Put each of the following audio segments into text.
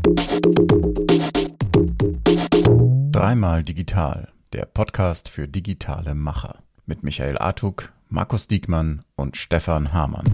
Dreimal digital, der Podcast für digitale Macher mit Michael Artuk, Markus Diekmann und Stefan Hamann.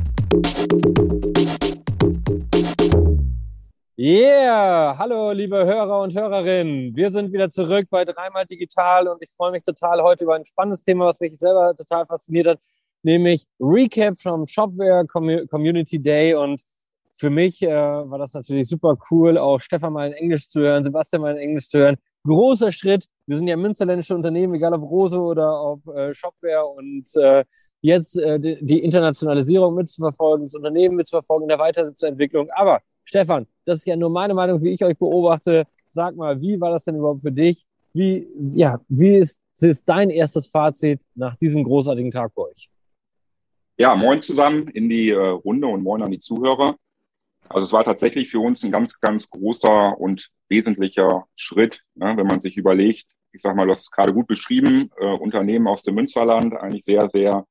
Yeah, hallo liebe Hörer und Hörerinnen. Wir sind wieder zurück bei Dreimal digital und ich freue mich total heute über ein spannendes Thema, was mich selber total fasziniert hat, nämlich Recap vom Shopware Community Day. Und für mich war das natürlich super cool, auch Stefan mal in Englisch zu hören, Sebastian mal in Englisch zu hören. Großer Schritt. Wir sind ja münsterländische Unternehmen, egal ob Rose oder ob Shopware, und jetzt die Internationalisierung mitzuverfolgen, das Unternehmen mitzuverfolgen, in der Weiterentwicklung. Aber Stefan, das ist ja nur meine Meinung, wie ich euch beobachte. Sag mal, wie war das denn überhaupt für dich? Wie ist dein erstes Fazit nach diesem großartigen Tag für euch? Ja, moin zusammen in die Runde und moin an die Zuhörer. Also es war tatsächlich für uns ein ganz, ganz großer und wesentlicher Schritt, ne, wenn man sich überlegt, ich sag mal, du hast es gerade gut beschrieben, Unternehmen aus dem Münsterland, eigentlich sehr, sehr,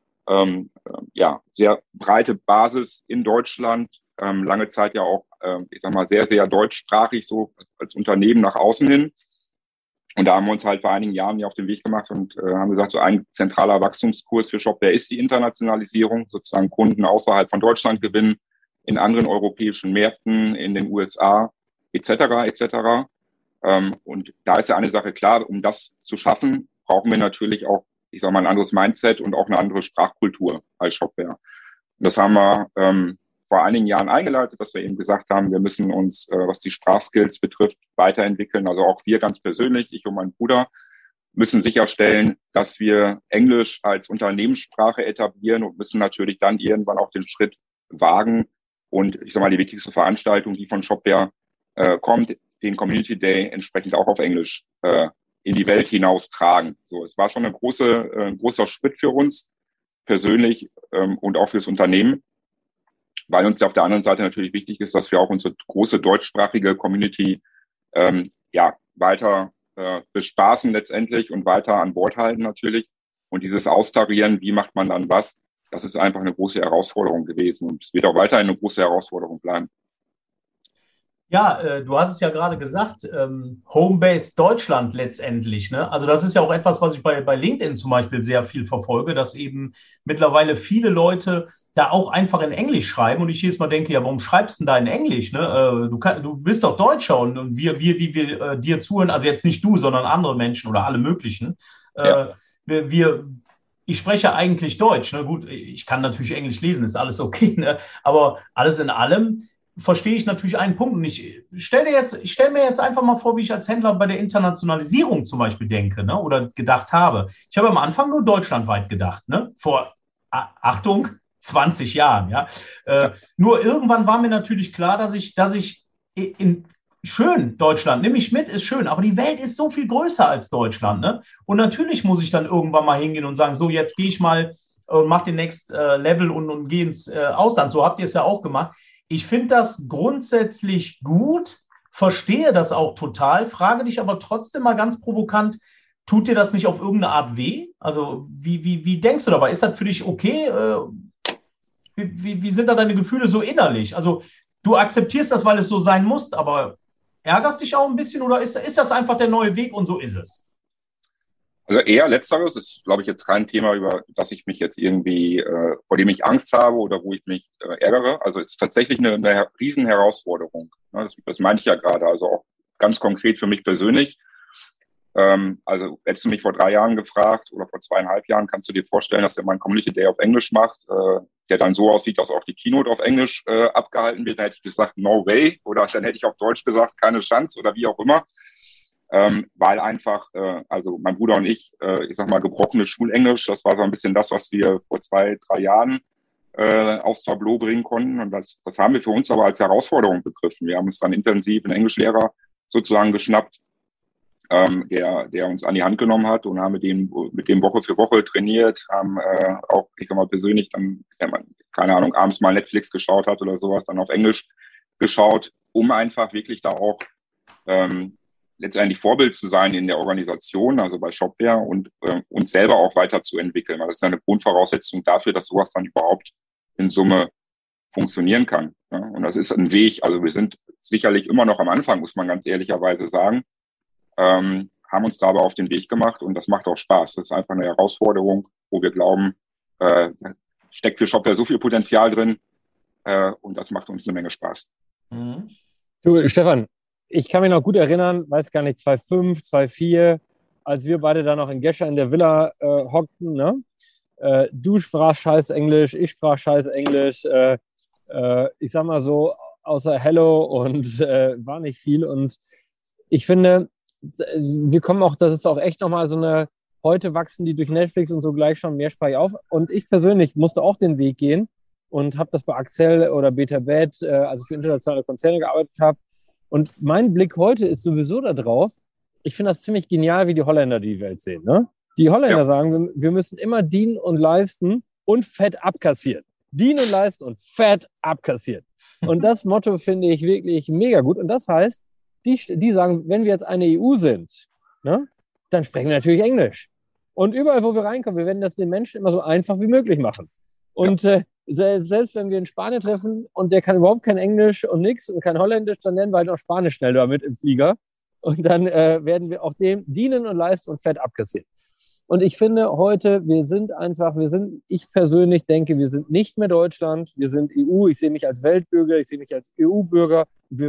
sehr breite Basis in Deutschland, lange Zeit ja auch, ich sag mal, sehr, sehr deutschsprachig so als Unternehmen nach außen hin. Und da haben wir uns halt vor einigen Jahren ja auf den Weg gemacht und haben gesagt, so ein zentraler Wachstumskurs für Shopware ist die Internationalisierung, sozusagen Kunden außerhalb von Deutschland gewinnen, in anderen europäischen Märkten, in den USA etc. Und da ist ja eine Sache klar, um das zu schaffen, brauchen wir natürlich auch, ich sage mal, ein anderes Mindset und auch eine andere Sprachkultur als Shopware. Und das haben wir vor einigen Jahren eingeleitet, dass wir eben gesagt haben, wir müssen uns, was die Sprachskills betrifft, weiterentwickeln. Also auch wir ganz persönlich, ich und mein Bruder, müssen sicherstellen, dass wir Englisch als Unternehmenssprache etablieren und müssen natürlich dann irgendwann auch den Schritt wagen und, ich sage mal, die wichtigste Veranstaltung, die von Shopware kommt, den Community Day, entsprechend auch auf Englisch in die Welt hinaus tragen. So, es war schon ein großer Schritt für uns persönlich und auch fürs Unternehmen, weil uns ja auf der anderen Seite natürlich wichtig ist, dass wir auch unsere große deutschsprachige Community weiter bespaßen letztendlich und weiter an Bord halten natürlich. Und dieses Austarieren, wie macht man dann was, das ist einfach eine große Herausforderung gewesen und es wird auch weiterhin eine große Herausforderung bleiben. Ja, du hast es ja gerade gesagt, Homebase Deutschland letztendlich, ne? Also das ist ja auch etwas, was ich bei LinkedIn zum Beispiel sehr viel verfolge, dass eben mittlerweile viele Leute da auch einfach in Englisch schreiben und ich jedes Mal denke, ja, warum schreibst du denn da in Englisch, ne? Du bist doch Deutscher und wir dir zuhören, also jetzt nicht du, sondern andere Menschen oder alle möglichen, ich spreche eigentlich Deutsch, ne? Gut, ich kann natürlich Englisch lesen, ist alles okay, ne? Aber alles in allem verstehe ich natürlich einen Punkt. Und ich stelle mir jetzt einfach mal vor, wie ich als Händler bei der Internationalisierung zum Beispiel denke, ne, oder gedacht habe. Ich habe am Anfang nur deutschlandweit gedacht, ne, vor, Achtung, 20 Jahren, ja. Nur irgendwann war mir natürlich klar, dass ich schön, Deutschland, nimm mich mit, ist schön, aber die Welt ist so viel größer als Deutschland, ne? Und natürlich muss ich dann irgendwann mal hingehen und sagen, so, jetzt gehe ich mal und mache den Next Level und gehe ins Ausland. So habt ihr es ja auch gemacht. Ich finde das grundsätzlich gut, verstehe das auch total, frage dich aber trotzdem mal ganz provokant, tut dir das nicht auf irgendeine Art weh? Also wie denkst du dabei? Ist das für dich okay? Wie sind da deine Gefühle so innerlich? Also du akzeptierst das, weil es so sein muss, aber ärgerst dich auch ein bisschen oder ist das einfach der neue Weg und so ist es? Also eher Letzteres ist, glaube ich, jetzt kein Thema, über das ich mich jetzt irgendwie, vor dem ich Angst habe oder wo ich mich ärgere. Also es ist tatsächlich eine riesen Herausforderung. Ne? Das meine ich ja gerade. Also auch ganz konkret für mich persönlich. Also hättest du mich vor 3 Jahren gefragt oder vor 2,5 Jahren, kannst du dir vorstellen, dass er meinen Community Day auf Englisch macht, der dann so aussieht, dass auch die Keynote auf Englisch abgehalten wird. Dann hätte ich gesagt, no way. Oder dann hätte ich auf Deutsch gesagt, keine Chance oder wie auch immer. Weil einfach, also mein Bruder und ich sag mal, gebrochenes Schulenglisch, das war so ein bisschen das, was wir vor 2-3 Jahren aufs Tableau bringen konnten. Und das haben wir für uns aber als Herausforderung begriffen. Wir haben uns dann intensiv einen Englischlehrer sozusagen geschnappt, der uns an die Hand genommen hat und haben mit dem Woche für Woche trainiert, haben auch, ich sag mal, persönlich dann, keine Ahnung, abends mal Netflix geschaut hat oder sowas, dann auf Englisch geschaut, um einfach wirklich da auch letztendlich Vorbild zu sein in der Organisation, also bei Shopware und uns selber auch weiterzuentwickeln. Weil das ist eine Grundvoraussetzung dafür, dass sowas dann überhaupt in Summe funktionieren kann. Ja? Und das ist ein Weg. Also wir sind sicherlich immer noch am Anfang, muss man ganz ehrlicherweise sagen, haben uns da aber auf den Weg gemacht und das macht auch Spaß. Das ist einfach eine Herausforderung, wo wir glauben, steckt für Shopware so viel Potenzial drin und das macht uns eine Menge Spaß. Mhm. Du, Stefan, ich kann mich noch gut erinnern, weiß gar nicht, 2005, 2004, als wir beide da noch in Gescher in der Villa hockten, ne? Du sprachst scheiß Englisch, ich sprach scheiß Englisch. Ich sag mal so, außer Hello und war nicht viel. Und ich finde, wir kommen auch, das ist auch echt nochmal so eine, heute wachsen die durch Netflix und so gleich schon mehrsprachig auf. Und ich persönlich musste auch den Weg gehen und habe das bei Accel oder Betabet, als ich für internationale Konzerne gearbeitet habe. Und mein Blick heute ist sowieso da drauf. Ich finde das ziemlich genial, wie die Holländer die Welt sehen. Ne? Die Holländer sagen, wir müssen immer dienen und leisten und fett abkassieren. Dienen und leisten und fett abkassieren. Und das Motto finde ich wirklich mega gut. Und das heißt, die sagen, wenn wir jetzt eine EU sind, ne, dann sprechen wir natürlich Englisch. Und überall, wo wir reinkommen, wir werden das den Menschen immer so einfach wie möglich machen. Und selbst wenn wir einen Spanier treffen und der kann überhaupt kein Englisch und nichts und kein Holländisch, dann lernen wir halt auch Spanisch schnell damit im Flieger. Und dann werden wir auch dem dienen und leisten und fett abkassieren. Und ich finde heute, ich persönlich denke, wir sind nicht mehr Deutschland, wir sind EU, ich sehe mich als Weltbürger, ich sehe mich als EU-Bürger.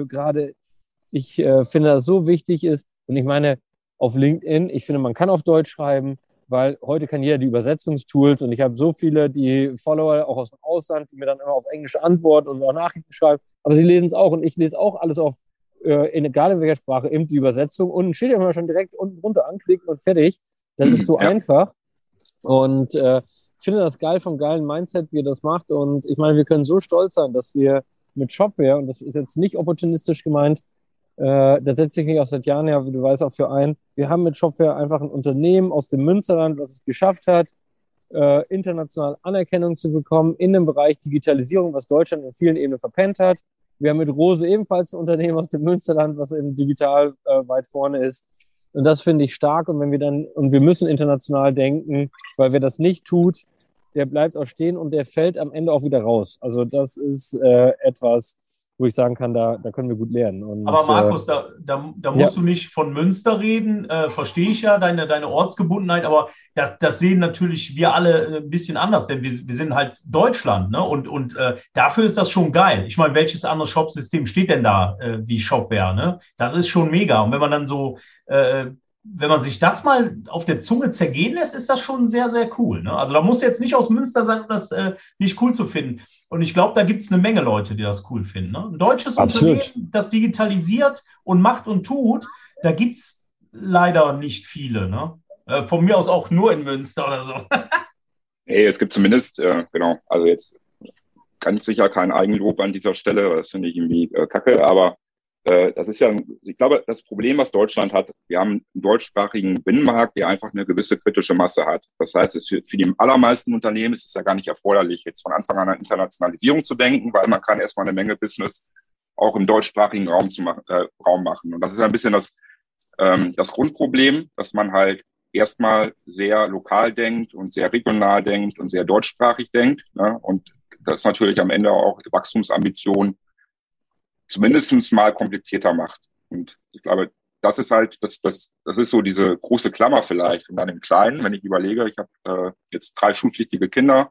Ich finde, dass es so wichtig ist. Und ich meine, auf LinkedIn, ich finde, man kann auf Deutsch schreiben, weil heute kann jeder die Übersetzungstools und ich habe so viele, die Follower auch aus dem Ausland, die mir dann immer auf Englisch antworten und auch Nachrichten schreiben, aber sie lesen es auch und ich lese auch alles auf, egal in welcher Sprache, eben die Übersetzung und ein Schild immer schon direkt unten runter anklicken und fertig. Das ist so einfach und ich finde das geil vom geilen Mindset, wie ihr das macht und ich meine, wir können so stolz sein, dass wir mit Shopware, und das ist jetzt nicht opportunistisch gemeint, da setze ich mich auch seit Jahren her, wie du weißt, auch für ein. Wir haben mit Shopware einfach ein Unternehmen aus dem Münsterland, was es geschafft hat, international Anerkennung zu bekommen in dem Bereich Digitalisierung, was Deutschland in vielen Ebenen verpennt hat. Wir haben mit Rose ebenfalls ein Unternehmen aus dem Münsterland, was eben digital weit vorne ist. Und das finde ich stark. Und wir müssen international denken, weil wer das nicht tut, der bleibt auch stehen und der fällt am Ende auch wieder raus. Also das ist etwas, wo ich sagen kann, da können wir gut lernen. Und, aber Markus, da musst du nicht von Münster reden, verstehe ich ja, deine Ortsgebundenheit, aber das sehen natürlich wir alle ein bisschen anders, denn wir sind halt Deutschland, ne? Und dafür ist das schon geil. Ich meine, welches andere Shopsystem steht denn da wie Shopware, ne? Das ist schon mega. Und wenn man dann so, wenn man sich das mal auf der Zunge zergehen lässt, ist das schon sehr, sehr cool, ne? Also da muss jetzt nicht aus Münster sein, um das nicht cool zu finden. Und ich glaube, da gibt es eine Menge Leute, die das cool finden. Ne? Ein deutsches Unternehmen, das digitalisiert und macht und tut, da gibt es leider nicht viele. Ne? Von mir aus auch nur in Münster oder so. Hey, es gibt zumindest, genau, also jetzt ganz sicher kein Eigenlob an dieser Stelle, das finde ich irgendwie kacke, aber das ist ja, ich glaube, das Problem, was Deutschland hat, wir haben einen deutschsprachigen Binnenmarkt, der einfach eine gewisse kritische Masse hat. Das heißt, für die allermeisten Unternehmen ist es ja gar nicht erforderlich, jetzt von Anfang an Internationalisierung zu denken, weil man kann erstmal eine Menge Business auch im deutschsprachigen Raum machen. Und das ist ein bisschen das Grundproblem, dass man halt erstmal sehr lokal denkt und sehr regional denkt und sehr deutschsprachig denkt, ne? Und das natürlich am Ende auch die Wachstumsambitionen zumindest mal komplizierter macht. Und ich glaube, das ist halt, das ist so diese große Klammer vielleicht. Und dann im Kleinen, wenn ich überlege, ich habe jetzt 3 schulpflichtige Kinder,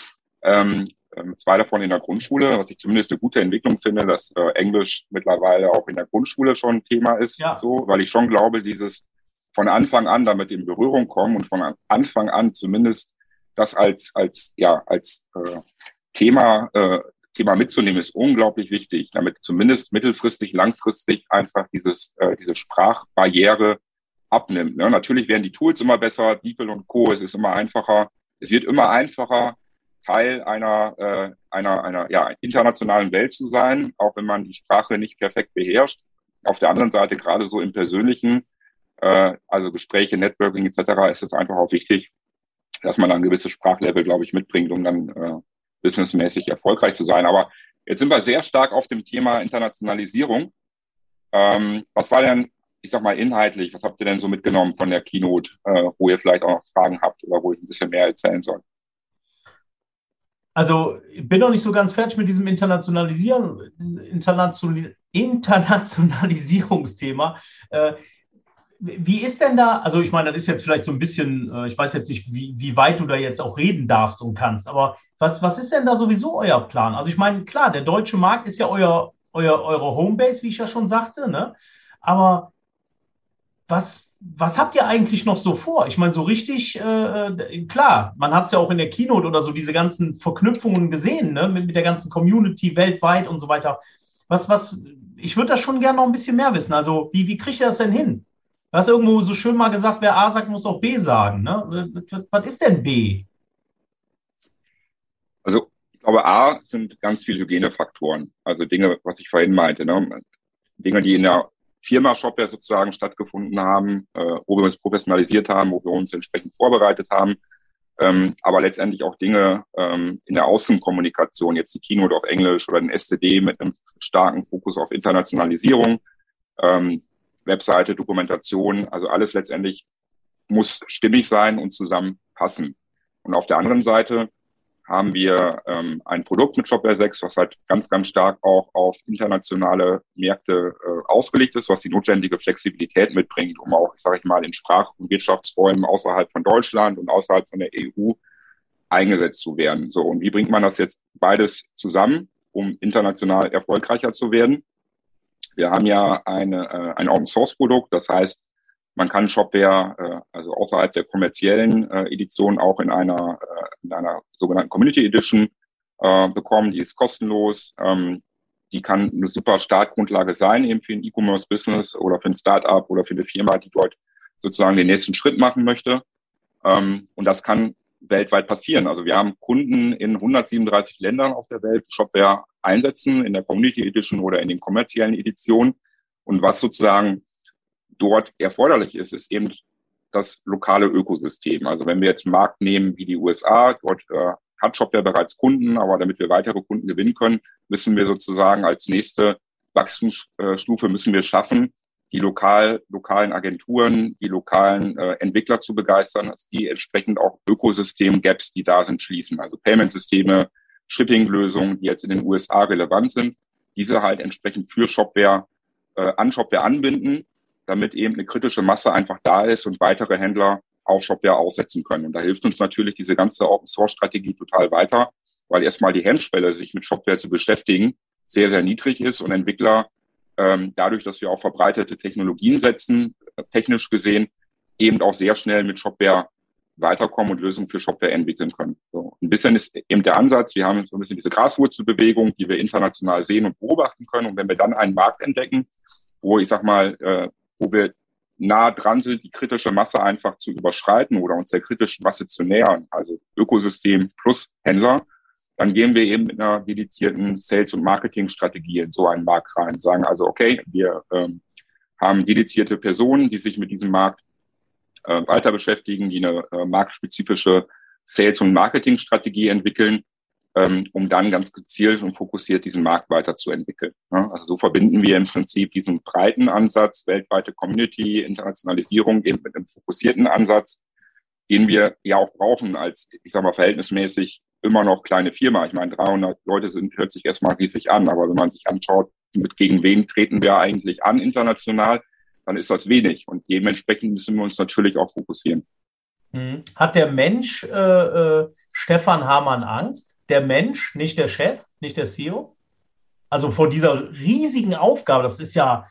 2 davon in der Grundschule, was ich zumindest eine gute Entwicklung finde, dass Englisch mittlerweile auch in der Grundschule schon ein Thema ist, so, weil ich schon glaube, dieses von Anfang an damit in Berührung kommen und von Anfang an zumindest das als Thema mitzunehmen, ist unglaublich wichtig, damit zumindest mittelfristig, langfristig einfach diese Sprachbarriere abnimmt. Ne? Natürlich werden die Tools immer besser, DeepL und Co. Es ist immer einfacher. Es wird immer einfacher, Teil einer internationalen Welt zu sein, auch wenn man die Sprache nicht perfekt beherrscht. Auf der anderen Seite, gerade so im Persönlichen, also Gespräche, Networking etc., ist es einfach auch wichtig, dass man ein gewisses Sprachlevel, glaube ich, mitbringt, um dann businessmäßig erfolgreich zu sein. Aber jetzt sind wir sehr stark auf dem Thema Internationalisierung. Was war denn, ich sag mal, inhaltlich, was habt ihr denn so mitgenommen von der Keynote, wo ihr vielleicht auch noch Fragen habt oder wo ich ein bisschen mehr erzählen soll? Also ich bin noch nicht so ganz fertig mit diesem Internationalisierungsthema. Wie ist denn da, also ich meine, das ist jetzt vielleicht so ein bisschen, ich weiß jetzt nicht, wie weit du da jetzt auch reden darfst und kannst, aber was ist denn da sowieso euer Plan? Also ich meine, klar, der deutsche Markt ist ja eure Homebase, wie ich ja schon sagte, ne? Aber was habt ihr eigentlich noch so vor? Ich meine, so richtig, klar, man hat es ja auch in der Keynote oder so diese ganzen Verknüpfungen gesehen, ne? Mit der ganzen Community weltweit und so weiter. Ich würde da schon gerne noch ein bisschen mehr wissen. Also, wie kriegt ihr das denn hin? Du hast irgendwo so schön mal gesagt, wer A sagt, muss auch B sagen. Ne? Was ist denn B? Also ich glaube, A sind ganz viele Hygienefaktoren. Also Dinge, was ich vorhin meinte, ne? Dinge, die in der Firma Shopware sozusagen stattgefunden haben, wo wir uns professionalisiert haben, wo wir uns entsprechend vorbereitet haben. Aber letztendlich auch Dinge in der Außenkommunikation, jetzt die Keynote auf Englisch oder den SCD mit einem starken Fokus auf Internationalisierung, Webseite, Dokumentation, also alles letztendlich muss stimmig sein und zusammenpassen. Und auf der anderen Seite haben wir ein Produkt mit Shopware 6, was halt ganz, ganz stark auch auf internationale Märkte ausgelegt ist, was die notwendige Flexibilität mitbringt, um auch, sage ich mal, in Sprach- und Wirtschaftsräumen außerhalb von Deutschland und außerhalb von der EU eingesetzt zu werden. So, und wie bringt man das jetzt beides zusammen, um international erfolgreicher zu werden? Wir haben ja ein Open-Source-Produkt, das heißt, man kann Shopware, also außerhalb der kommerziellen Edition, auch in einer sogenannten Community Edition bekommen. Die ist kostenlos. Die kann eine super Startgrundlage sein, eben für ein E-Commerce-Business oder für ein Startup oder für eine Firma, die dort sozusagen den nächsten Schritt machen möchte. Und das kann weltweit passieren. Also wir haben Kunden in 137 Ländern auf der Welt, die Shopware einsetzen, in der Community Edition oder in den kommerziellen Editionen. Und was sozusagen dort erforderlich ist, ist eben das lokale Ökosystem. Also wenn wir jetzt einen Markt nehmen wie die USA, dort hat Shopware bereits Kunden, aber damit wir weitere Kunden gewinnen können, müssen wir sozusagen als nächste Wachstumsstufe müssen wir schaffen, die lokalen Agenturen, die lokalen Entwickler zu begeistern, dass die entsprechend auch Ökosystem-Gaps, die da sind, schließen. Also Payment-Systeme, Shipping-Lösungen, die jetzt in den USA relevant sind, diese halt entsprechend für Shopware an Shopware anbinden, damit eben eine kritische Masse einfach da ist und weitere Händler auf Shopware aussetzen können. Und da hilft uns natürlich diese ganze Open-Source-Strategie total weiter, weil erstmal die Hemmschwelle, sich mit Shopware zu beschäftigen, sehr, sehr niedrig ist und Entwickler dadurch, dass wir auf verbreitete Technologien setzen, technisch gesehen, eben auch sehr schnell mit Shopware weiterkommen und Lösungen für Shopware entwickeln können. So, ein bisschen ist eben der Ansatz, wir haben so ein bisschen diese Graswurzelbewegung, die wir international sehen und beobachten können. Und wenn wir dann einen Markt entdecken, wo ich sag mal, wo wir nah dran sind, die kritische Masse einfach zu überschreiten oder uns der kritischen Masse zu nähern, also Ökosystem plus Händler, dann gehen wir eben mit einer dedizierten Sales- und Marketing-Strategie in so einen Markt rein. Sagen also, okay, wir haben dedizierte Personen, die sich mit diesem Markt weiter beschäftigen, die eine marktspezifische Sales- und Marketing-Strategie entwickeln, um dann ganz gezielt und fokussiert diesen Markt weiterzuentwickeln. Ja, also so verbinden wir im Prinzip diesen breiten Ansatz, weltweite Community, Internationalisierung eben mit einem fokussierten Ansatz, den wir ja auch brauchen als, ich sag mal, verhältnismäßig immer noch kleine Firma. Ich meine, 300 Leute hört sich erstmal riesig an, aber wenn man sich anschaut, gegen wen treten wir eigentlich an international, dann ist das wenig. Und dementsprechend müssen wir uns natürlich auch fokussieren. Hat der Mensch Stefan Hamann Angst? Der Mensch, nicht der Chef, nicht der CEO? Also vor dieser riesigen Aufgabe, das ist ja...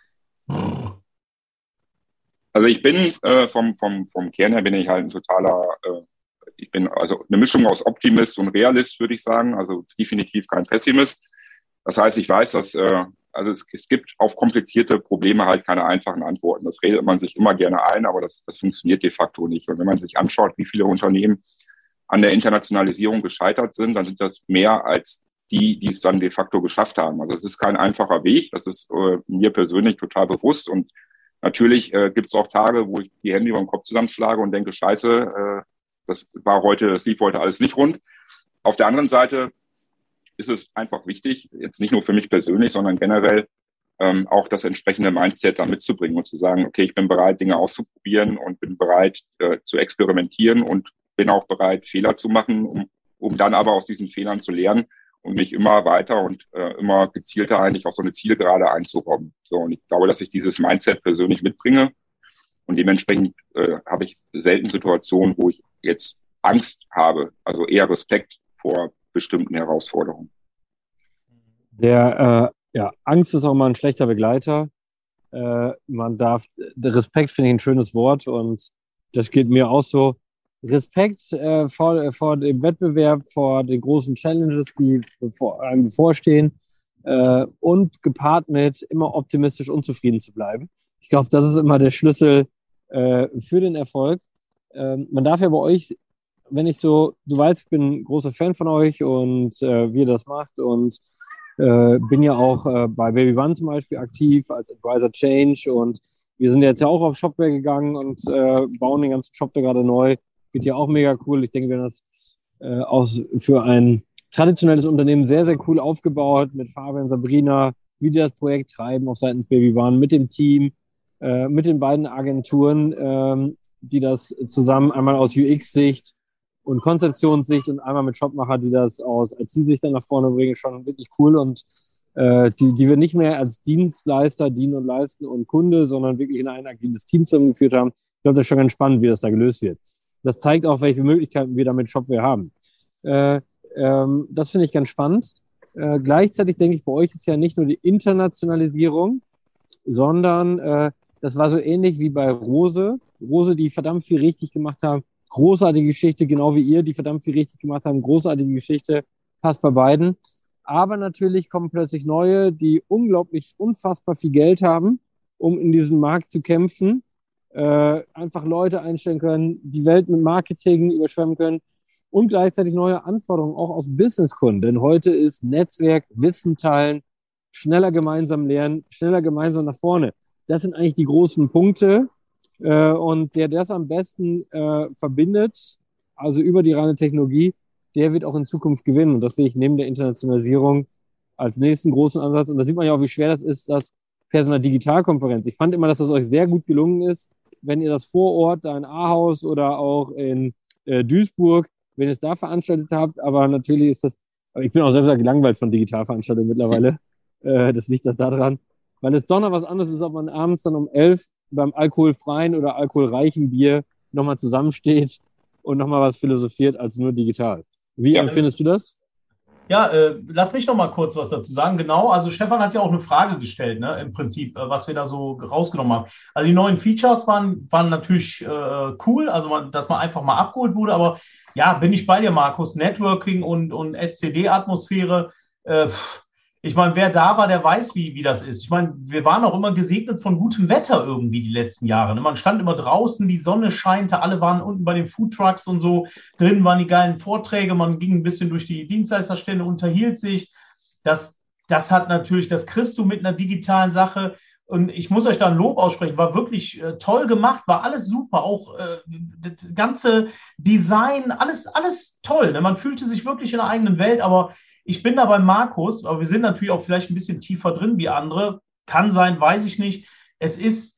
Also ich bin vom Kern her bin ich halt ein totaler, ich bin also eine Mischung aus Optimist und Realist, würde ich sagen, also definitiv kein Pessimist. Das heißt, ich weiß, dass also es gibt auf komplizierte Probleme halt keine einfachen Antworten. Das redet man sich immer gerne ein, aber das funktioniert de facto nicht. Und wenn man sich anschaut, wie viele Unternehmen an der Internationalisierung gescheitert sind, dann sind das mehr als die es dann de facto geschafft haben. Also es ist kein einfacher Weg, das ist mir persönlich total bewusst. Und natürlich gibt es auch Tage, wo ich die Hände über den Kopf zusammenschlage und denke, scheiße, das lief heute alles nicht rund. Auf der anderen Seite ist es einfach wichtig, jetzt nicht nur für mich persönlich, sondern generell auch das entsprechende Mindset da mitzubringen und zu sagen, okay, ich bin bereit, Dinge auszuprobieren und bin bereit zu experimentieren und bin auch bereit, Fehler zu machen, um um dann aber aus diesen Fehlern zu lernen und mich immer weiter und immer gezielter eigentlich auf so eine Zielgerade einzukommen. So, und ich glaube, dass ich dieses Mindset persönlich mitbringe und dementsprechend habe ich selten Situationen, wo ich jetzt Angst habe, also eher Respekt vor bestimmten Herausforderungen. Angst ist auch mal ein schlechter Begleiter. Der Respekt finde ich ein schönes Wort und das geht mir auch so. Respekt vor dem Wettbewerb, vor den großen Challenges, die einem bevorstehen und gepaart mit immer optimistisch und zufrieden zu bleiben. Ich glaube, das ist immer der Schlüssel für den Erfolg. Man darf ja bei euch, du weißt, ich bin ein großer Fan von euch und wie ihr das macht und bin ja auch bei Baby One zum Beispiel aktiv als Advisor Change und wir sind jetzt ja auch auf Shopware gegangen und bauen den ganzen Shop da gerade neu. Wird ja auch mega cool. Ich denke, wir haben das für ein traditionelles Unternehmen sehr, sehr cool aufgebaut mit Fabian, Sabrina, wie die das Projekt treiben auf seitens Baby One, mit dem Team, mit den beiden Agenturen, die das zusammen einmal aus UX-Sicht und Konzeptionssicht und einmal mit Shopmacher, die das aus IT-Sicht dann nach vorne bringen, schon wirklich cool und die wir nicht mehr als Dienstleister dienen und leisten und Kunde, sondern wirklich in ein agiles Team zusammengeführt haben. Ich glaube, das ist schon ganz spannend, wie das da gelöst wird. Das zeigt auch, welche Möglichkeiten wir da mit Shopware haben. Das finde ich ganz spannend. Gleichzeitig denke ich, bei euch ist ja nicht nur die Internationalisierung, sondern das war so ähnlich wie bei Rose. Rose, die verdammt viel richtig gemacht haben. Großartige Geschichte, genau wie ihr, die verdammt viel richtig gemacht haben. Großartige Geschichte, fast bei beiden. Aber natürlich kommen plötzlich neue, die unfassbar viel Geld haben, um in diesem Markt zu kämpfen. Einfach Leute einstellen können, die Welt mit Marketing überschwemmen können und gleichzeitig neue Anforderungen auch aus Businesskunden. Denn heute ist Netzwerk, Wissen teilen, schneller gemeinsam lernen, schneller gemeinsam nach vorne. Das sind eigentlich die großen Punkte. Und der das am besten verbindet, also über die reine Technologie, der wird auch in Zukunft gewinnen. Und das sehe ich neben der Internationalisierung als nächsten großen Ansatz. Und da sieht man ja auch, wie schwer das ist, das Personal Digitalkonferenz. Ich fand immer, dass das euch sehr gut gelungen ist, wenn ihr das vor Ort, da in Ahaus oder auch in Duisburg, wenn ihr es da veranstaltet habt. Aber natürlich ist aber ich bin auch selber gelangweilt von Digitalveranstaltungen mittlerweile. Das liegt das daran. Weil es doch noch was anderes ist, ob man abends dann um 11 beim alkoholfreien oder alkoholreichen Bier nochmal zusammensteht und nochmal was philosophiert als nur digital. Wie empfindest du das? Ja, lass mich noch mal kurz was dazu sagen. Genau, also Stefan hat ja auch eine Frage gestellt, ne, im Prinzip, was wir da so rausgenommen haben. Also die neuen Features waren natürlich cool, also dass man einfach mal abgeholt wurde, aber ja, bin ich bei dir, Markus, Networking und SCD-Atmosphäre, ich meine, wer da war, der weiß, wie das ist. Ich meine, wir waren auch immer gesegnet von gutem Wetter irgendwie die letzten Jahre. Man stand immer draußen, die Sonne scheinte, alle waren unten bei den Foodtrucks und so. Drinnen waren die geilen Vorträge, man ging ein bisschen durch die Dienstleisterstände, unterhielt sich. Das hat natürlich, das kriegst du mit einer digitalen Sache. Und ich muss euch da ein Lob aussprechen, war wirklich toll gemacht, war alles super, auch das ganze Design, alles toll. Ne? Man fühlte sich wirklich in der eigenen Welt, aber ich bin da bei Markus, aber wir sind natürlich auch vielleicht ein bisschen tiefer drin wie andere. Kann sein, weiß ich nicht. Ich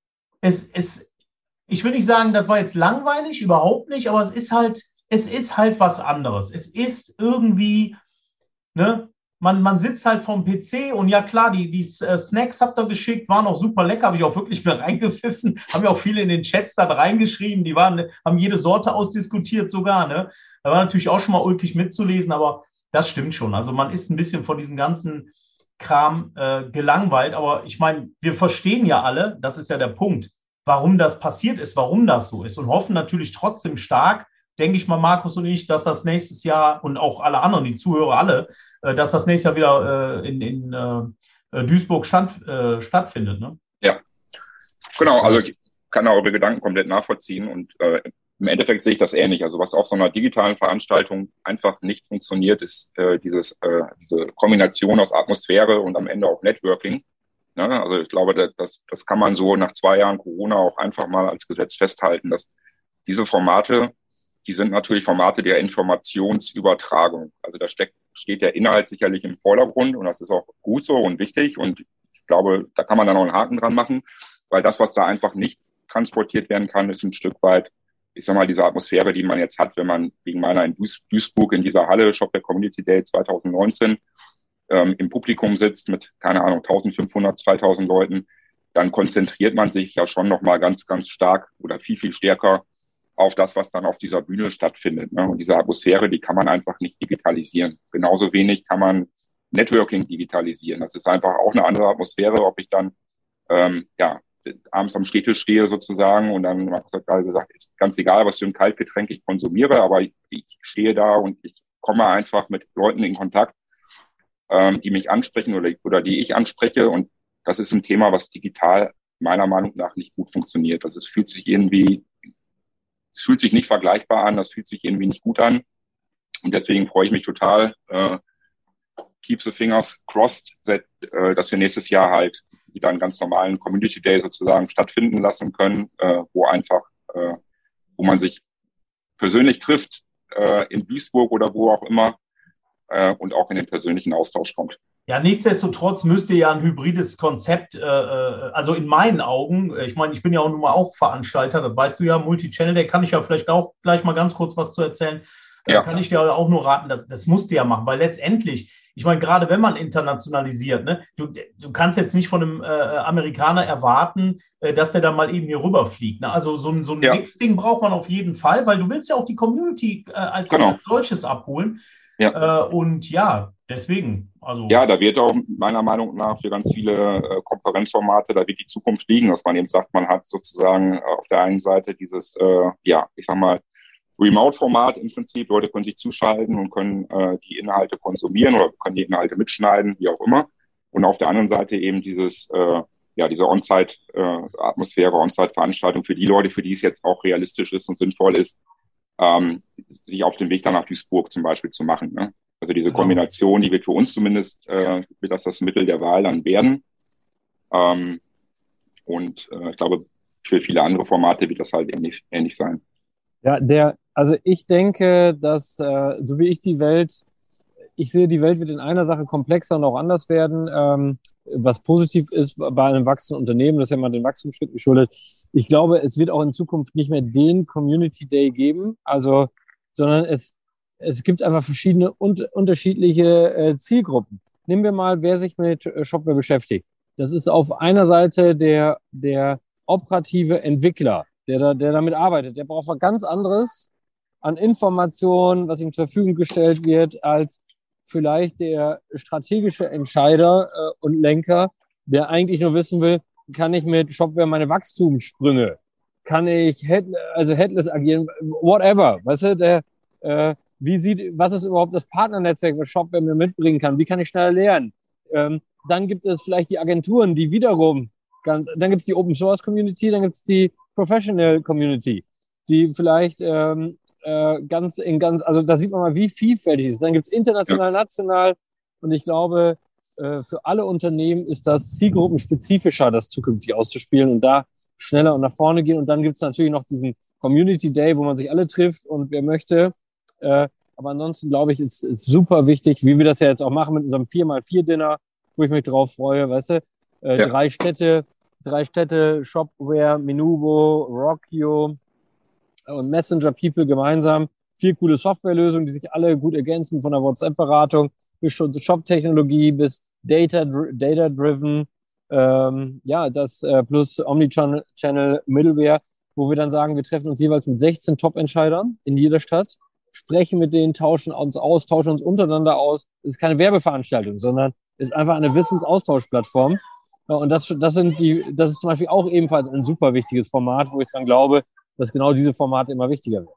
will nicht sagen, das war jetzt langweilig, überhaupt nicht, aber es ist halt was anderes. Es ist irgendwie, ne, man sitzt halt vorm PC und ja klar, die Snacks habt ihr geschickt, waren auch super lecker, habe ich auch wirklich mehr reingepfiffen, haben ja auch viele in den Chats da reingeschrieben, haben jede Sorte ausdiskutiert sogar, ne. Da war natürlich auch schon mal ulkig mitzulesen, aber das stimmt schon. Also man ist ein bisschen von diesem ganzen Kram gelangweilt. Aber ich meine, wir verstehen ja alle, das ist ja der Punkt, warum das passiert ist, warum das so ist und hoffen natürlich trotzdem stark, denke ich mal, Markus und ich, dass das nächstes Jahr und auch alle anderen, die Zuhörer alle, dass das nächstes Jahr wieder in Duisburg stattfindet. Ne? Ja, genau. Also ich kann eure Gedanken komplett nachvollziehen und im Endeffekt sehe ich das ähnlich. Also was auf so einer digitalen Veranstaltung einfach nicht funktioniert, ist diese Kombination aus Atmosphäre und am Ende auch Networking. Ne? Also ich glaube, das kann man so nach 2 Jahren Corona auch einfach mal als Gesetz festhalten, dass diese Formate, die sind natürlich Formate der Informationsübertragung. Also da steht der Inhalt sicherlich im Vordergrund und das ist auch gut so und wichtig. Und ich glaube, da kann man dann auch einen Haken dran machen, weil das, was da einfach nicht transportiert werden kann, ist ein Stück weit ich sag mal, diese Atmosphäre, die man jetzt hat, wenn man wegen meiner in Duisburg in dieser Halle Shopware Community Day 2019 im Publikum sitzt mit, keine Ahnung, 1500, 2000 Leuten, dann konzentriert man sich ja schon nochmal ganz, ganz stark oder viel, viel stärker auf das, was dann auf dieser Bühne stattfindet. Ne? Und diese Atmosphäre, die kann man einfach nicht digitalisieren. Genauso wenig kann man Networking digitalisieren. Das ist einfach auch eine andere Atmosphäre, ob ich dann abends am Stehtisch stehe sozusagen und dann, Markus hat gerade gesagt, ist ganz egal, was für ein Kaltgetränk ich konsumiere, aber ich stehe da und ich komme einfach mit Leuten in Kontakt, die mich ansprechen oder die ich anspreche, und das ist ein Thema, was digital meiner Meinung nach nicht gut funktioniert. Es fühlt sich nicht vergleichbar an, das fühlt sich irgendwie nicht gut an, und deswegen freue ich mich total, keep the fingers crossed, dass wir nächstes Jahr halt wieder einen ganz normalen Community Day sozusagen stattfinden lassen können, wo man sich persönlich trifft, in Duisburg oder wo auch immer, und auch in den persönlichen Austausch kommt. Ja, nichtsdestotrotz müsste ja ein hybrides Konzept, also in meinen Augen, ich meine, ich bin ja auch nun mal auch Veranstalter, das weißt du ja, Multi-Channel, da kann ich ja vielleicht auch gleich mal ganz kurz was zu erzählen, kann ich dir auch nur raten, das musst du ja machen, weil letztendlich, ich meine, gerade wenn man internationalisiert, ne, du kannst jetzt nicht von einem Amerikaner erwarten, dass der dann mal eben hier rüberfliegt. Ne? Also so ein Mix-Ding braucht man auf jeden Fall, weil du willst ja auch die Community als solches abholen. Ja. Und ja, deswegen. Also ja, da wird auch meiner Meinung nach für ganz viele Konferenzformate, da wird die Zukunft liegen, dass man eben sagt, man hat sozusagen auf der einen Seite dieses, ich sag mal, Remote-Format im Prinzip. Leute können sich zuschalten und können die Inhalte konsumieren oder können die Inhalte mitschneiden, wie auch immer. Und auf der anderen Seite eben diese On-Site-Atmosphäre, On-Site-Veranstaltung für die Leute, für die es jetzt auch realistisch ist und sinnvoll ist, sich auf den Weg dann nach Duisburg zum Beispiel zu machen. Ne? Also diese Kombination, die wird für uns zumindest, wird das Mittel der Wahl dann werden. Ich glaube, für viele andere Formate wird das halt ähnlich sein. Ja, also ich denke, dass, so wie ich sehe, die Welt wird in einer Sache komplexer und auch anders werden, was positiv ist bei einem wachsenden Unternehmen, das ist ja mal den Wachstumsschritt geschuldet. Ich glaube, es wird auch in Zukunft nicht mehr den Community Day geben, sondern es gibt einfach verschiedene unterschiedliche Zielgruppen. Nehmen wir mal, wer sich mit Shopware beschäftigt. Das ist auf einer Seite der operative Entwickler, der damit arbeitet. Der braucht was ganz anderes an Informationen, was ihm zur Verfügung gestellt wird, als vielleicht der strategische Entscheider und Lenker, der eigentlich nur wissen will, kann ich mit Shopware meine Wachstumssprünge, kann ich headless agieren, whatever, weißt du, was ist überhaupt das Partnernetzwerk, was Shopware mir mitbringen kann, wie kann ich schneller lernen? Dann gibt es vielleicht die Agenturen, die wiederum, dann gibt es die Open Source Community, dann gibt es die Professional Community, die vielleicht also da sieht man mal, wie vielfältig es ist. Dann gibt es international, national, und ich glaube, für alle Unternehmen ist das zielgruppenspezifischer, das zukünftig auszuspielen und da schneller und nach vorne gehen. Und dann gibt es natürlich noch diesen Community Day, wo man sich alle trifft und wer möchte. Aber ansonsten, glaube ich, ist super wichtig, wie wir das ja jetzt auch machen mit unserem 4x4-Dinner, wo ich mich drauf freue, weißt du, 3 Städte, Shopware, Menuvo, Rockio und Messenger People gemeinsam. 4 coole Softwarelösungen, die sich alle gut ergänzen, von der WhatsApp-Beratung bis Shop-Technologie bis Data-Driven, das plus Omnichannel Middleware, wo wir dann sagen, wir treffen uns jeweils mit 16 Top-Entscheidern in jeder Stadt, sprechen mit denen, tauschen uns untereinander aus. Es ist keine Werbeveranstaltung, sondern es ist einfach eine Wissensaustauschplattform. Und das ist zum Beispiel auch ebenfalls ein super wichtiges Format, wo ich dann glaube, dass genau diese Formate immer wichtiger werden.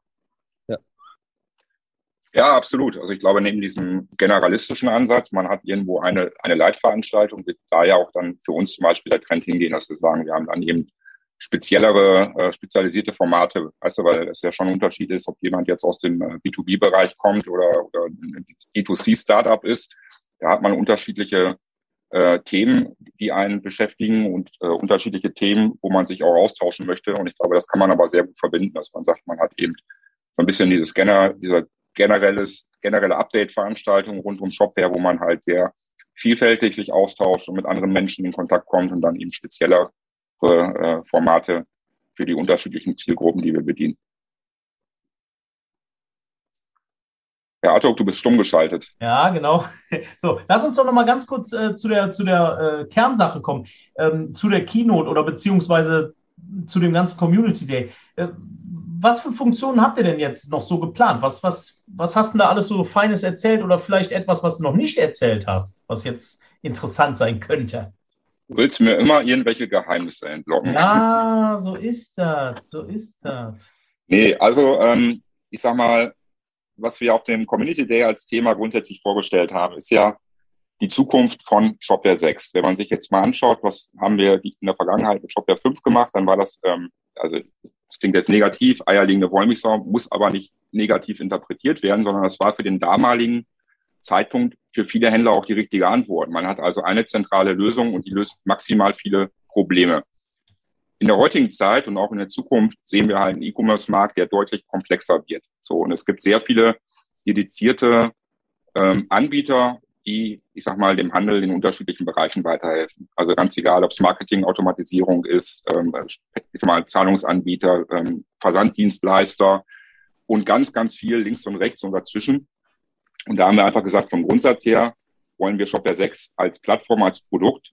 Ja, absolut. Also ich glaube, neben diesem generalistischen Ansatz, man hat irgendwo eine Leitveranstaltung, wird da ja auch dann für uns zum Beispiel der Trend hingehen, dass wir sagen, wir haben dann eben spezialisierte Formate, weißt du, weil es ja schon ein Unterschied ist, ob jemand jetzt aus dem B2B-Bereich kommt oder ein D2C-Startup ist. Da hat man unterschiedliche Themen, die einen beschäftigen und unterschiedliche Themen, wo man sich auch austauschen möchte. Und ich glaube, das kann man aber sehr gut verbinden, dass man sagt, man hat eben so ein bisschen diese generelle Update-Veranstaltung rund um Shopware, wo man halt sehr vielfältig sich austauscht und mit anderen Menschen in Kontakt kommt und dann eben speziellere Formate für die unterschiedlichen Zielgruppen, die wir bedienen. Herr Artuk, du bist stumm geschaltet. Ja, genau. So, lass uns doch noch mal ganz kurz zu der Kernsache kommen, zu der Keynote oder beziehungsweise zu dem ganzen Community Day. Was für Funktionen habt ihr denn jetzt noch so geplant? Was hast du da alles so Feines erzählt oder vielleicht etwas, was du noch nicht erzählt hast, was jetzt interessant sein könnte? Du willst mir immer irgendwelche Geheimnisse entlocken. Ja, so ist das, so ist das. Nee, also ich sag mal, was wir auf dem Community Day als Thema grundsätzlich vorgestellt haben, ist ja die Zukunft von Shopware 6. Wenn man sich jetzt mal anschaut, was haben wir in der Vergangenheit mit Shopware 5 gemacht, dann war das, also das klingt jetzt negativ, eierlegende Wollmilchsau, muss aber nicht negativ interpretiert werden, sondern das war für den damaligen Zeitpunkt für viele Händler auch die richtige Antwort. Man hat also eine zentrale Lösung und die löst maximal viele Probleme. In der heutigen Zeit und auch in der Zukunft sehen wir halt einen E-Commerce-Markt, der deutlich komplexer wird. So, und es gibt sehr viele dedizierte Anbieter, die, ich sag mal, dem Handel in unterschiedlichen Bereichen weiterhelfen. Also ganz egal, ob es Marketing, Automatisierung ist, ich sag mal, Zahlungsanbieter, Versanddienstleister und ganz, ganz viel links und rechts und dazwischen. Und da haben wir einfach gesagt, vom Grundsatz her wollen wir Shopware 6 als Plattform, als Produkt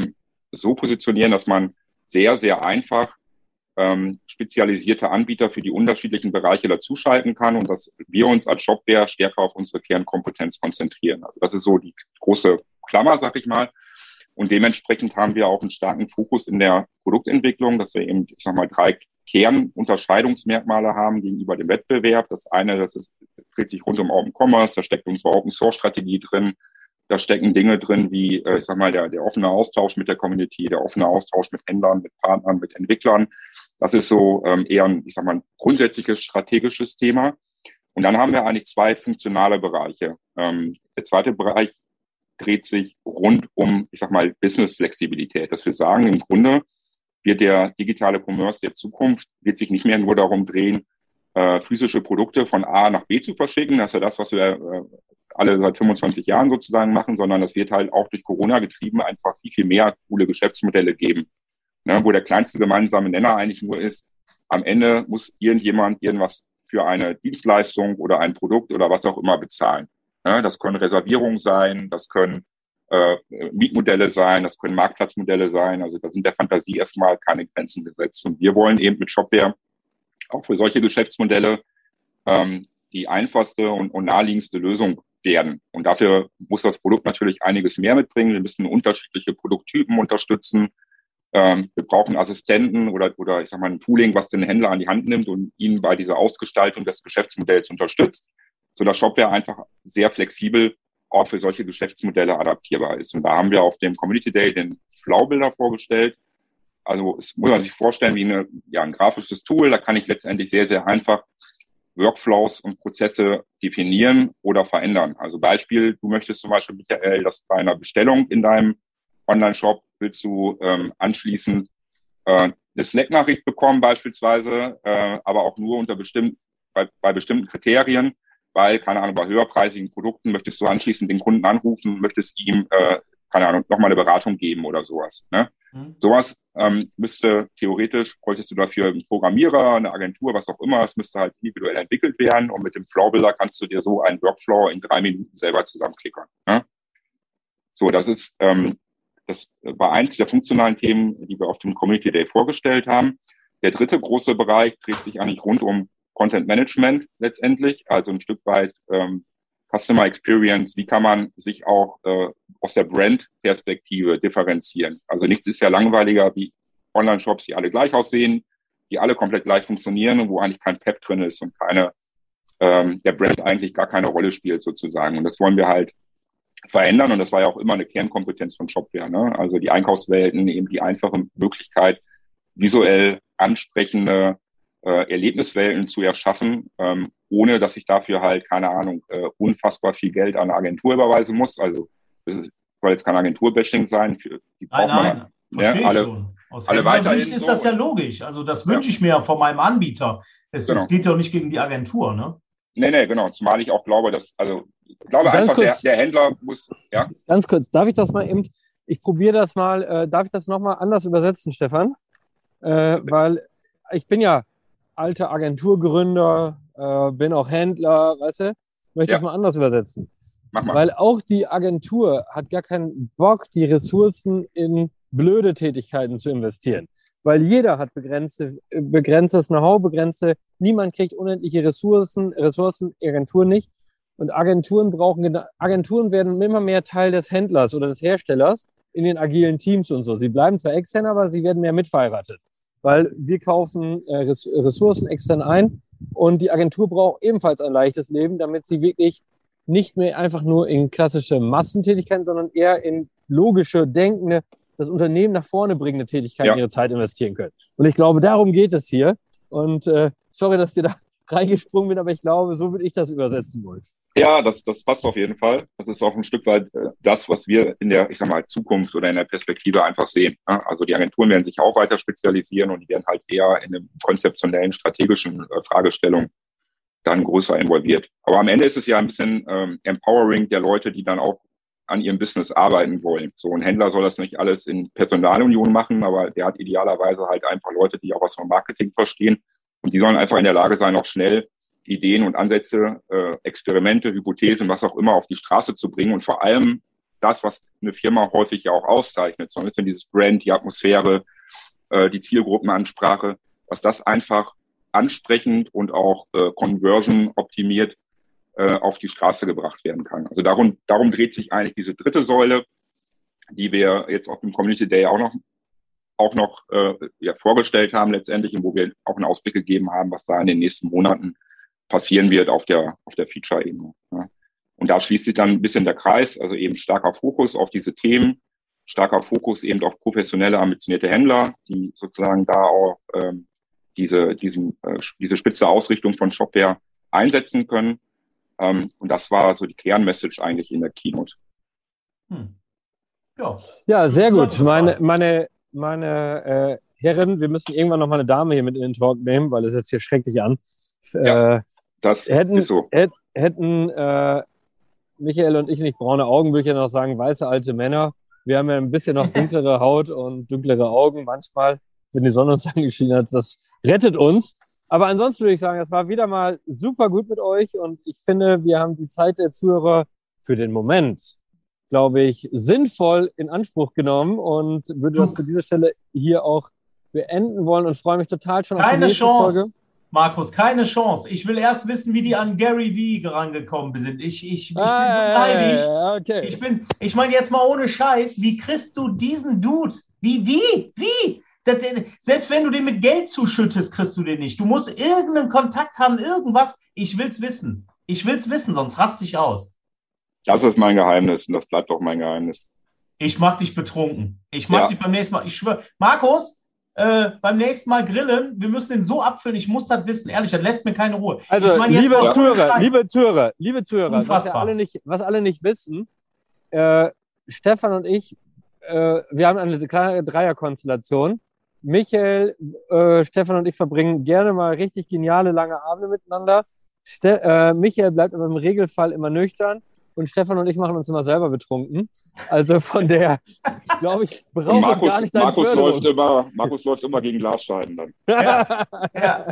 so positionieren, dass man sehr, sehr einfach spezialisierte Anbieter für die unterschiedlichen Bereiche dazuschalten kann und dass wir uns als Shopware stärker auf unsere Kernkompetenz konzentrieren. Also das ist so die große Klammer, sag ich mal. Und dementsprechend haben wir auch einen starken Fokus in der Produktentwicklung, dass wir eben, ich sag mal, 3 Kernunterscheidungsmerkmale haben gegenüber dem Wettbewerb. Das eine, das dreht sich rund um Open Commerce, da steckt unsere Open Source Strategie drin. Da stecken Dinge drin wie, ich sag mal, der offene Austausch mit der Community, der offene Austausch mit Händlern, mit Partnern, mit Entwicklern. Das ist so eher ein, ich sag mal, ein grundsätzliches strategisches Thema. Und dann haben wir eigentlich 2 funktionale Bereiche. Der zweite Bereich dreht sich rund um, ich sag mal, Business-Flexibilität. Dass wir sagen, im Grunde wird der digitale Commerce der Zukunft, wird sich nicht mehr nur darum drehen, physische Produkte von A nach B zu verschicken. Das ist ja das, was wir alle seit 25 Jahren sozusagen machen, sondern das wird halt auch durch Corona getrieben einfach viel, viel mehr coole Geschäftsmodelle geben, ne, wo der kleinste gemeinsame Nenner eigentlich nur ist, am Ende muss irgendjemand irgendwas für eine Dienstleistung oder ein Produkt oder was auch immer bezahlen. Ne, das können Reservierungen sein, das können Mietmodelle sein, das können Marktplatzmodelle sein. Also da sind der Fantasie erstmal keine Grenzen gesetzt. Und wir wollen eben mit Shopware auch für solche Geschäftsmodelle die einfachste und naheliegendste Lösung werden. Und dafür muss das Produkt natürlich einiges mehr mitbringen. Wir müssen unterschiedliche Produkttypen unterstützen. Wir brauchen Assistenten oder ich sag mal ein Tooling, was den Händler an die Hand nimmt und ihn bei dieser Ausgestaltung des Geschäftsmodells unterstützt, sodass Shopware einfach sehr flexibel auch für solche Geschäftsmodelle adaptierbar ist. Und da haben wir auf dem Community Day den Flowbuilder vorgestellt. Also es muss man sich vorstellen wie ein grafisches Tool. Da kann ich letztendlich sehr, sehr einfach Workflows und Prozesse definieren oder verändern. Also Beispiel, du möchtest zum Beispiel, Michael, dass bei einer Bestellung in deinem Online-Shop willst du anschließend eine Slack-Nachricht bekommen beispielsweise, aber auch nur bei bestimmten Kriterien, weil, keine Ahnung, bei höherpreisigen Produkten möchtest du anschließend den Kunden anrufen, möchtest ihm, keine Ahnung, nochmal eine Beratung geben oder sowas. Ne? Sowas bräuchtest du dafür einen Programmierer, eine Agentur, was auch immer. Es müsste halt individuell entwickelt werden und mit dem Flowbuilder kannst du dir so einen Workflow in 3 Minuten selber zusammenklickern. Ne? So, das war eins der funktionalen Themen, die wir auf dem Community Day vorgestellt haben. Der dritte große Bereich dreht sich eigentlich rund um Content Management letztendlich, also ein Stück weit Customer Experience, wie kann man sich auch aus der Brand-Perspektive differenzieren. Also nichts ist ja langweiliger wie Online-Shops, die alle gleich aussehen, die alle komplett gleich funktionieren und wo eigentlich kein Pep drin ist und der Brand eigentlich gar keine Rolle spielt sozusagen. Und das wollen wir halt verändern und das war ja auch immer eine Kernkompetenz von Shopware. Ne? Also die Einkaufswelten, eben die einfache Möglichkeit, visuell ansprechende Erlebniswelten zu erschaffen, ohne dass ich dafür halt, keine Ahnung, unfassbar viel Geld an eine Agentur überweisen muss. Also das soll jetzt kein Agenturbashing sein. Die braucht nein, verstehe ich schon. Aus Händlersicht ist das ja logisch. Also das wünsche ich mir von meinem Anbieter. Es geht doch nicht gegen die Agentur, ne? Nee, genau. Zumal ich auch glaube, der Händler muss, ja. Ganz kurz, darf ich das mal eben, ich probiere das mal, darf ich das nochmal anders übersetzen, Stefan? Weil ich bin ja alter Agenturgründer, bin auch Händler, weißt du? möchte ich mal anders übersetzen. Mach mal. Weil auch die Agentur hat gar keinen Bock, die Ressourcen in blöde Tätigkeiten zu investieren. Weil jeder hat begrenztes Know-how, niemand kriegt unendliche Ressourcen, Agenturen nicht. Und Agenturen werden immer mehr Teil des Händlers oder des Herstellers in den agilen Teams und so. Sie bleiben zwar extern, aber sie werden mehr mitverheiratet. Weil wir kaufen Ressourcen extern ein und die Agentur braucht ebenfalls ein leichtes Leben, damit sie wirklich nicht mehr einfach nur in klassische Massentätigkeiten, sondern eher in logische, denkende, das Unternehmen nach vorne bringende Tätigkeiten ihre Zeit investieren können. Und ich glaube, darum geht es hier. Und sorry, dass ich da reingesprungen bin, aber ich glaube, so würde ich das übersetzen wollen. Ja, das passt auf jeden Fall. Das ist auch ein Stück weit das, was wir in der, Zukunft oder in der Perspektive einfach sehen. Ja? Also die Agenturen werden sich auch weiter spezialisieren und die werden halt eher in einem konzeptionellen, strategischen Fragestellung dann größer involviert. Aber am Ende ist es ja ein bisschen Empowering der Leute, die dann auch an ihrem Business arbeiten wollen. So ein Händler soll das nicht alles in Personalunion machen, aber der hat idealerweise halt einfach Leute, die auch was vom Marketing verstehen und die sollen einfach in der Lage sein, auch schnell Ideen und Ansätze, Experimente, Hypothesen, was auch immer auf die Straße zu bringen und vor allem das, was eine Firma häufig ja auch auszeichnet, so ein bisschen dieses Brand, die Atmosphäre, die Zielgruppenansprache, dass das einfach ansprechend und auch Conversion optimiert auf die Straße gebracht werden kann. Also darum dreht sich eigentlich diese dritte Säule, die wir jetzt auf dem Community Day auch noch vorgestellt haben letztendlich und wo wir auch einen Ausblick gegeben haben, was da in den nächsten Monaten passieren wird auf der Feature-Ebene. Ja. Und da schließt sich dann ein bisschen der Kreis, also eben starker Fokus auf diese Themen, starker Fokus eben auf professionelle, ambitionierte Händler, die sozusagen da auch diese spitze Ausrichtung von Shopware einsetzen können. Und das war so die Kernmessage eigentlich in der Keynote. Ja, sehr gut. Meine Herren, wir müssen irgendwann noch mal eine Dame hier mit in den Talk nehmen, weil es jetzt hier schrecklich an. Das ist so. Hätten Michael und ich nicht braune Augen, würde ich ja noch sagen, weiße alte Männer. Wir haben ja ein bisschen noch dunklere Haut und dunklere Augen manchmal, wenn die Sonne uns angeschienen hat. Das rettet uns. Aber ansonsten würde ich sagen, es war wieder mal super gut mit euch und ich finde, wir haben die Zeit der Zuhörer für den Moment, glaube ich, sinnvoll in Anspruch genommen und würde das für diese Stelle hier auch beenden wollen und freue mich total schon auf die nächste Folge. Markus, keine Chance. Ich will erst wissen, wie die an Gary Vee rangekommen sind. Ich bin so neidisch. Okay. Ich meine jetzt mal ohne Scheiß, wie kriegst du diesen Dude? Wie? Selbst wenn du den mit Geld zuschüttest, kriegst du den nicht. Du musst irgendeinen Kontakt haben, irgendwas. Ich will's wissen, sonst raste ich aus. Das ist mein Geheimnis und das bleibt auch mein Geheimnis. Ich mach dich betrunken. Ich mach dich beim nächsten Mal. Ich schwöre. Markus, beim nächsten Mal grillen, wir müssen den so abfüllen, ich muss das wissen. Ehrlich, das lässt mir keine Ruhe. Also, liebe Zuhörer, was alle nicht wissen, Stefan und ich, wir haben eine kleine Dreierkonstellation. Michael, Stefan und ich verbringen gerne mal richtig geniale, lange Abende miteinander. Michael bleibt aber im Regelfall immer nüchtern und Stefan und ich machen uns immer selber betrunken. Also von der, glaube ich, braucht es gar nicht deine Förderung. Markus läuft immer gegen Glasscheiben dann. Ja.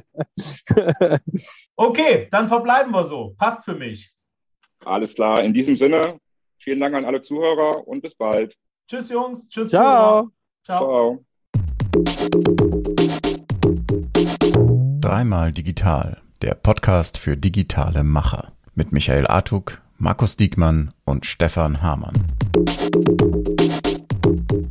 Okay, dann verbleiben wir so. Passt für mich. Alles klar. In diesem Sinne, vielen Dank an alle Zuhörer und bis bald. Tschüss, Jungs. Tschüss. Ciao. Ciao. Dreimal digital, der Podcast für digitale Macher mit Michael Artuk, Markus Diekmann und Stefan Hamann.